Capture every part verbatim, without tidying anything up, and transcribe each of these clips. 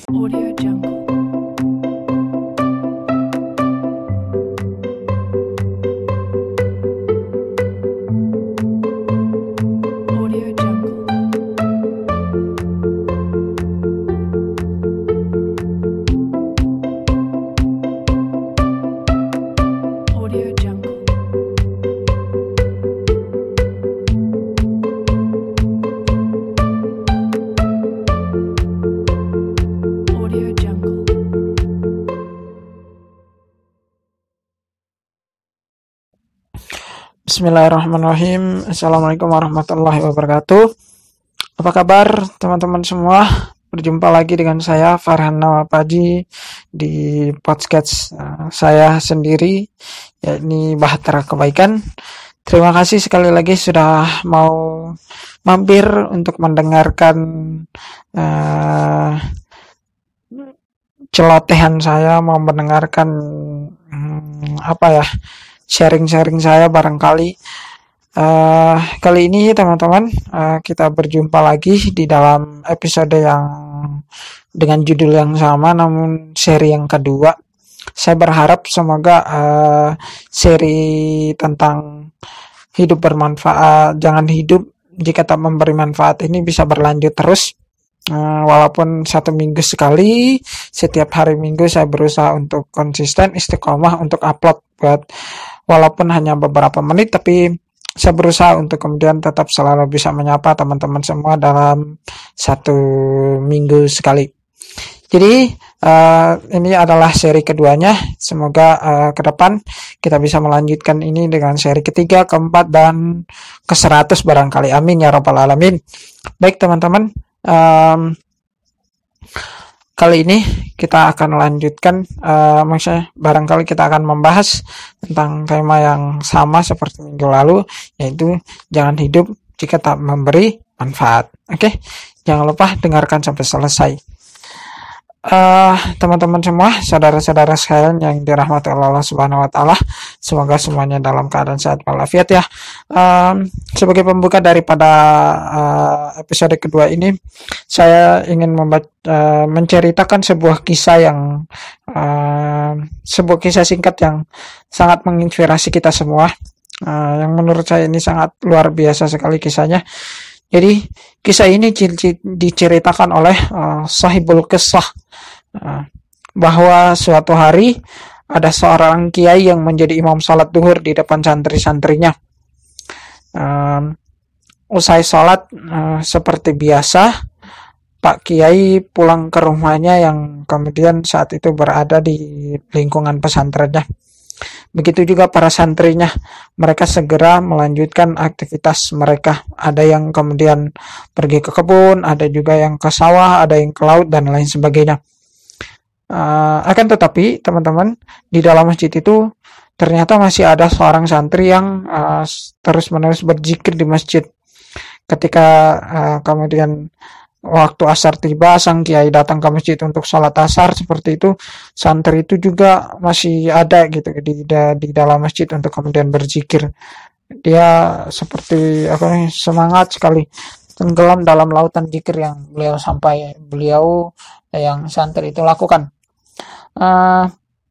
Audio Jungle. Audio Jungle. Audio Jungle. Audio Jungle. Bismillahirrahmanirrahim. Assalamualaikum warahmatullahi wabarakatuh. Apa kabar teman-teman semua? Berjumpa lagi dengan saya Farhan Nawapaji di podcast uh, saya sendiri, yakni Bahtera Kebaikan. Terima kasih sekali lagi sudah mau mampir untuk mendengarkan uh, celotehan saya, mau mendengarkan hmm, apa ya sharing-sharing saya barangkali. Uh, kali ini teman-teman uh, kita berjumpa lagi di dalam episode yang dengan judul yang sama namun seri yang kedua. Saya berharap semoga uh, seri tentang hidup bermanfaat, jangan hidup jika tak memberi manfaat ini bisa berlanjut terus. Uh, walaupun satu minggu sekali, setiap hari minggu saya berusaha untuk konsisten istiqomah untuk upload buat walaupun hanya beberapa menit, tapi saya berusaha untuk kemudian tetap selalu bisa menyapa teman-teman semua dalam satu minggu sekali. Jadi uh, ini adalah seri keduanya. Semoga uh, ke depan kita bisa melanjutkan ini dengan seri ketiga, keempat, dan ke seratus barangkali. Amin ya rabbal alamin. Baik teman-teman, um, kali ini kita akan lanjutkan, uh, maksudnya barangkali kita akan membahas tentang tema yang sama seperti minggu lalu, yaitu jangan hidup jika tak memberi manfaat. Oke, okay? Jangan lupa dengarkan sampai selesai. Uh, teman-teman semua, saudara-saudara sekalian yang dirahmati Allah Subhanahu Wa Taala, semoga semuanya dalam keadaan sehat walafiat ya. Um, sebagai pembuka daripada uh, episode kedua ini, saya ingin membaca, uh, menceritakan sebuah kisah yang uh, sebuah kisah singkat yang sangat menginspirasi kita semua. Uh, yang menurut saya ini sangat luar biasa sekali kisahnya. Jadi kisah ini diceritakan oleh uh, sahibul kisah uh, bahwa suatu hari ada seorang kiai yang menjadi imam salat duhur di depan santri-santrinya. Um, usai salat uh, seperti biasa, Pak Kiai pulang ke rumahnya yang kemudian saat itu berada di lingkungan pesantrennya. Begitu juga para santrinya, mereka segera melanjutkan aktivitas mereka. Ada yang kemudian pergi ke kebun, ada juga yang ke sawah, ada yang ke laut, dan lain sebagainya. Uh, akan tetapi, teman-teman, di dalam masjid itu ternyata masih ada seorang santri yang uh, terus-menerus berzikir di masjid. Ketika uh, kemudian waktu asar tiba, sang kiai datang ke masjid untuk sholat asar seperti itu, santri itu juga masih ada gitu di di dalam masjid untuk kemudian berzikir. Dia seperti apa semangat sekali tenggelam dalam lautan zikir yang beliau sampai beliau yang santri itu lakukan. Uh,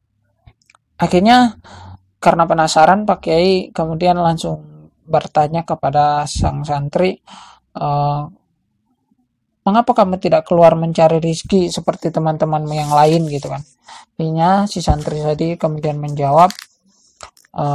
akhirnya karena penasaran, Pak Kiai kemudian langsung bertanya kepada sang santri, uh, mengapa kamu tidak keluar mencari rizki seperti teman-temanmu yang lain gitu kan? Akhirnya si santri tadi kemudian menjawab, e,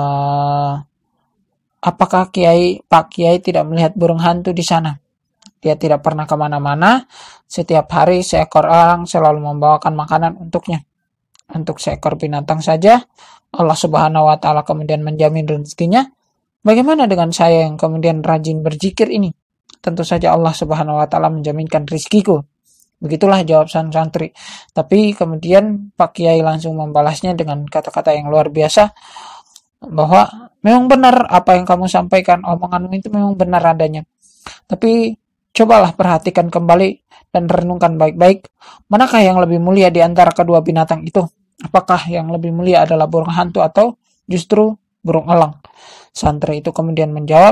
apakah Kiai Pak Kiai tidak melihat burung hantu di sana? Dia tidak pernah kemana-mana. Setiap hari seekor elang selalu membawakan makanan untuknya. Untuk seekor binatang saja Allah Subhanahu Wa Taala kemudian menjamin rezekinya. Bagaimana dengan saya yang kemudian rajin berzikir ini? Tentu saja Allah Subhanahu Wa Taala menjaminkan rizkiku. Begitulah jawab sang santri. Tapi kemudian Pak Kiai langsung membalasnya dengan kata-kata yang luar biasa, bahwa memang benar apa yang kamu sampaikan, omonganmu itu memang benar adanya. Tapi cobalah perhatikan kembali dan renungkan baik-baik, manakah yang lebih mulia di antara kedua binatang itu? Apakah yang lebih mulia adalah burung hantu atau justru burung elang? Santri itu kemudian menjawab,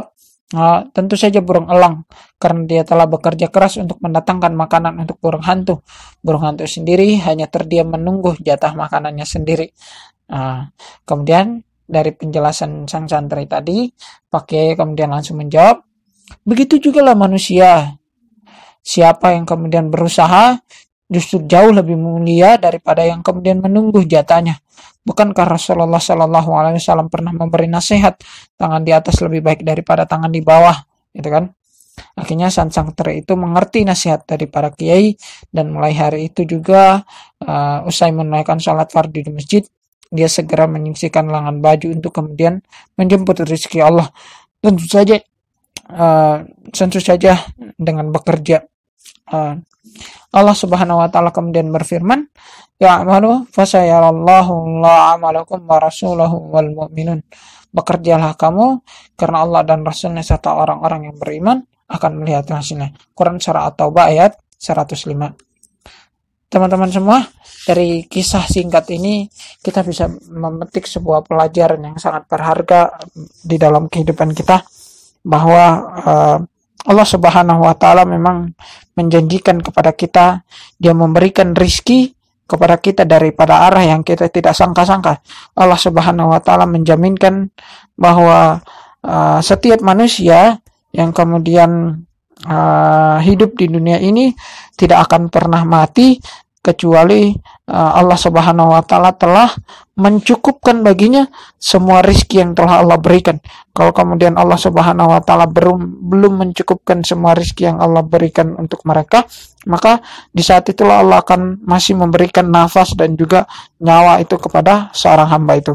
Uh, tentu saja burung elang, karena dia telah bekerja keras untuk mendatangkan makanan untuk burung hantu. Burung hantu sendiri hanya terdiam menunggu jatah makanannya sendiri. Uh, kemudian dari penjelasan sang santri tadi, pakai kemudian langsung menjawab, begitu juga lah manusia. Siapa yang kemudian berusaha justru jauh lebih mulia daripada yang kemudian menunggu jatahnya. Bukankah Rasulullah Shallallahu Alaihi Wasallam pernah memberi nasihat, tangan di atas lebih baik daripada tangan di bawah, gitu kan? Akhirnya sang santri itu mengerti nasihat dari para kiai, dan mulai hari itu juga uh, usai menunaikan sholat fardu di masjid, dia segera menyingsikan lengan baju untuk kemudian menjemput rezeki Allah. Tentu saja, uh, tentu saja dengan bekerja. Uh, Allah Subhanahu wa taala kemudian berfirman, "Ya'malu fasayarallahu amalakum wa rasuluhu wal mu'minun." Bekerjalah kamu karena Allah dan Rasulnya serta orang-orang yang beriman akan melihat hasilnya. Quran surah At-Taubah ayat seratus lima. Teman-teman semua, dari kisah singkat ini kita bisa memetik sebuah pelajaran yang sangat berharga di dalam kehidupan kita, bahwa uh, Allah Subhanahu wa taala memang menjanjikan kepada kita, dia memberikan rizki kepada kita daripada arah yang kita tidak sangka-sangka. Allah Subhanahu wa taala menjaminkan bahwa uh, setiap manusia yang kemudian uh, hidup di dunia ini tidak akan pernah mati kecuali uh, Allah Subhanahu wa taala telah mencukupkan baginya semua rizki yang telah Allah berikan. Kalau kemudian Allah Subhanahu wa taala belum belum mencukupkan semua rizki yang Allah berikan untuk mereka, maka di saat itulah Allah akan masih memberikan nafas dan juga nyawa itu kepada seorang hamba itu.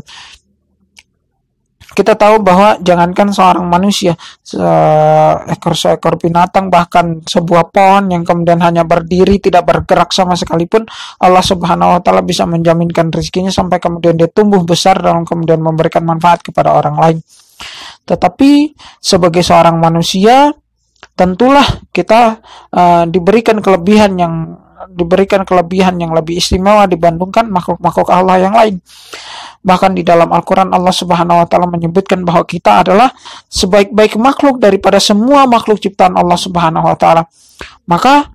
Kita tahu bahwa jangankan seorang manusia, seekor-seekor binatang, bahkan sebuah pohon yang kemudian hanya berdiri tidak bergerak sama sekalipun, Allah Subhanahu wa taala bisa menjaminkan rezekinya sampai kemudian dia tumbuh besar dan kemudian memberikan manfaat kepada orang lain. Tetapi sebagai seorang manusia, tentulah kita uh, diberikan kelebihan yang diberikan kelebihan yang lebih istimewa dibandingkan makhluk-makhluk Allah yang lain. Bahkan di dalam Al-Quran Allah Subhanahu wa taala menyebutkan bahwa kita adalah sebaik-baik makhluk daripada semua makhluk ciptaan Allah Subhanahu wa taala. Maka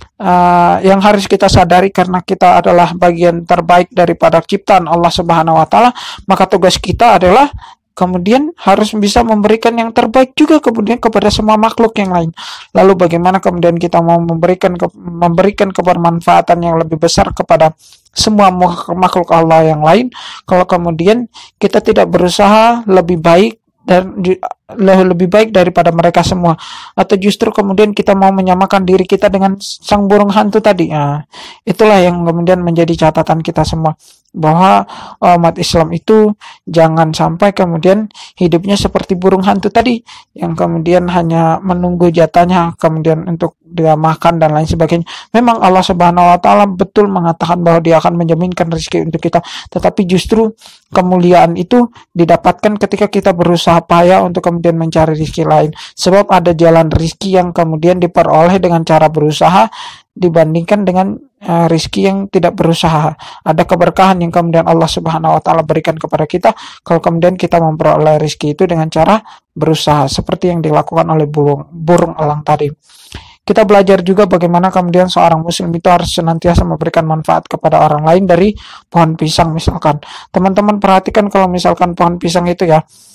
uh, yang harus kita sadari, karena kita adalah bagian terbaik daripada ciptaan Allah Subhanahu wa taala, maka tugas kita adalah kemudian harus bisa memberikan yang terbaik juga kemudian kepada semua makhluk yang lain. Lalu bagaimana kemudian kita mau memberikan ke, memberikan kebermanfaatan yang lebih besar kepada semua makhluk Allah yang lain, kalau kemudian kita tidak berusaha lebih baik dan lebih baik daripada mereka semua, atau justru kemudian kita mau menyamakan diri kita dengan sang burung hantu tadi. Nah, itulah yang kemudian menjadi catatan kita semua, bahwa umat Islam itu jangan sampai kemudian hidupnya seperti burung hantu tadi, yang kemudian hanya menunggu jatahnya kemudian untuk dia makan dan lain sebagainya. Memang Allah Subhanahu wa taala betul mengatakan bahwa dia akan menjaminkan rezeki untuk kita, tetapi justru kemuliaan itu didapatkan ketika kita berusaha payah untuk kemudian mencari rezeki lain. Sebab ada jalan rezeki yang kemudian diperoleh dengan cara berusaha dibandingkan dengan uh, rezeki yang tidak berusaha. Ada keberkahan yang kemudian Allah Subhanahu wa taala berikan kepada kita kalau kemudian kita memperoleh rezeki itu dengan cara berusaha, seperti yang dilakukan oleh burung burung elang tadi. Kita belajar juga bagaimana kemudian seorang muslim itu harus senantiasa memberikan manfaat kepada orang lain dari pohon pisang misalkan. Teman-teman perhatikan kalau misalkan pohon pisang itu ya,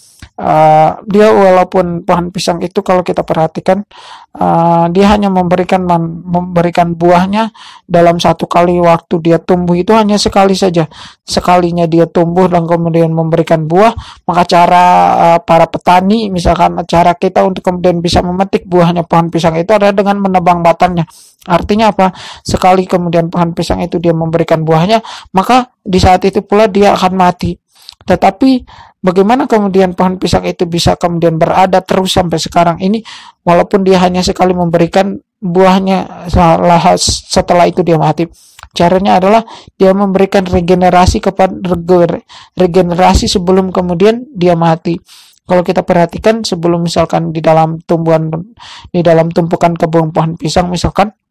Uh, dia walaupun pohon pisang itu kalau kita perhatikan uh, dia hanya memberikan man, memberikan buahnya dalam satu kali waktu dia tumbuh itu hanya sekali saja. Sekalinya dia tumbuh dan kemudian memberikan buah, maka cara uh, para petani, misalkan cara kita untuk kemudian bisa memetik buahnya pohon pisang itu adalah dengan menebang batangnya. Artinya apa? Sekali kemudian pohon pisang itu dia memberikan buahnya, maka di saat itu pula dia akan mati. Tetapi bagaimana kemudian pohon pisang itu bisa kemudian berada terus sampai sekarang ini, walaupun dia hanya sekali memberikan buahnya, setelah itu dia mati. Caranya adalah dia memberikan regenerasi kepada regenerasi sebelum kemudian dia mati. Kalau kita perhatikan sebelum misalkan di dalam tumbuhan di dalam tumpukan kebun pohon pisang misalkan,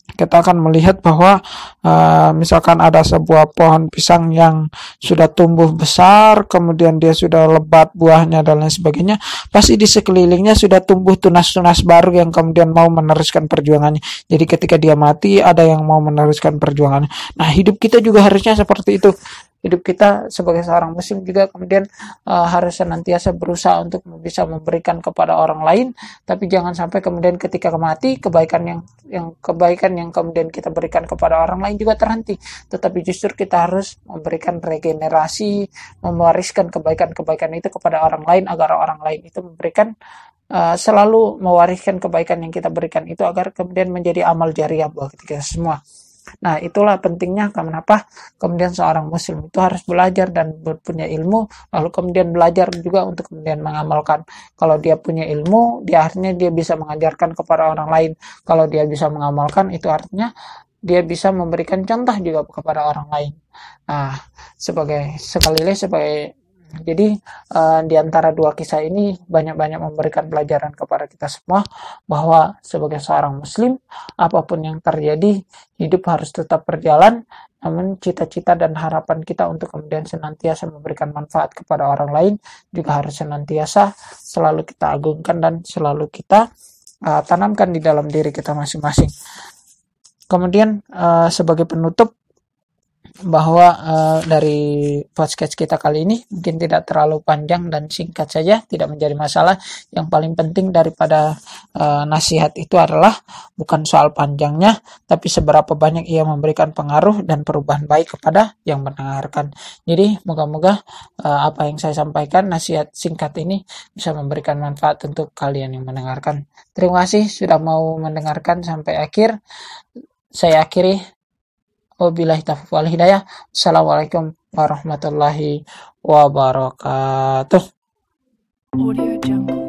kita akan melihat bahwa uh, misalkan ada sebuah pohon pisang yang sudah tumbuh besar, kemudian dia sudah lebat buahnya dan lain sebagainya, pasti di sekelilingnya sudah tumbuh tunas-tunas baru yang kemudian mau meneruskan perjuangannya. Jadi ketika dia mati, ada yang mau meneruskan perjuangannya. Nah, hidup kita juga harusnya seperti itu. Hidup kita sebagai seorang muslim juga kemudian uh, harus senantiasa berusaha untuk bisa memberikan kepada orang lain, tapi jangan sampai kemudian ketika mati kebaikan yang yang kebaikan yang kemudian kita berikan kepada orang lain juga terhenti, tetapi justru kita harus memberikan regenerasi, mewariskan kebaikan-kebaikan itu kepada orang lain agar orang lain itu memberikan uh, selalu mewariskan kebaikan yang kita berikan itu agar kemudian menjadi amal jariah buat kita semua. Nah, itulah pentingnya kenapa kemudian seorang muslim itu harus belajar dan punya ilmu, lalu kemudian belajar juga untuk kemudian mengamalkan. Kalau dia punya ilmu, dia artinya dia bisa mengajarkan kepada orang lain. Kalau dia bisa mengamalkan, itu artinya dia bisa memberikan contoh juga kepada orang lain. Nah, sebagai sekali lagi sebagai jadi uh, di antara dua kisah ini banyak-banyak memberikan pelajaran kepada kita semua bahwa sebagai seorang muslim, apapun yang terjadi, hidup harus tetap berjalan, namun cita-cita dan harapan kita untuk kemudian senantiasa memberikan manfaat kepada orang lain juga harus senantiasa selalu kita agungkan dan selalu kita uh, tanamkan di dalam diri kita masing-masing. Kemudian uh, sebagai penutup, bahwa uh, dari podcast kita kali ini mungkin tidak terlalu panjang dan singkat saja, tidak menjadi masalah. Yang paling penting daripada uh, nasihat itu adalah bukan soal panjangnya, tapi seberapa banyak ia memberikan pengaruh dan perubahan baik kepada yang mendengarkan. Jadi moga-moga uh, apa yang saya sampaikan, nasihat singkat ini bisa memberikan manfaat untuk kalian yang mendengarkan. Terima kasih sudah mau mendengarkan sampai akhir. Saya akhiri. Wabillahi taufiq wal hidayah. Assalamualaikum warahmatullahi wabarakatuh. Audio Jungle.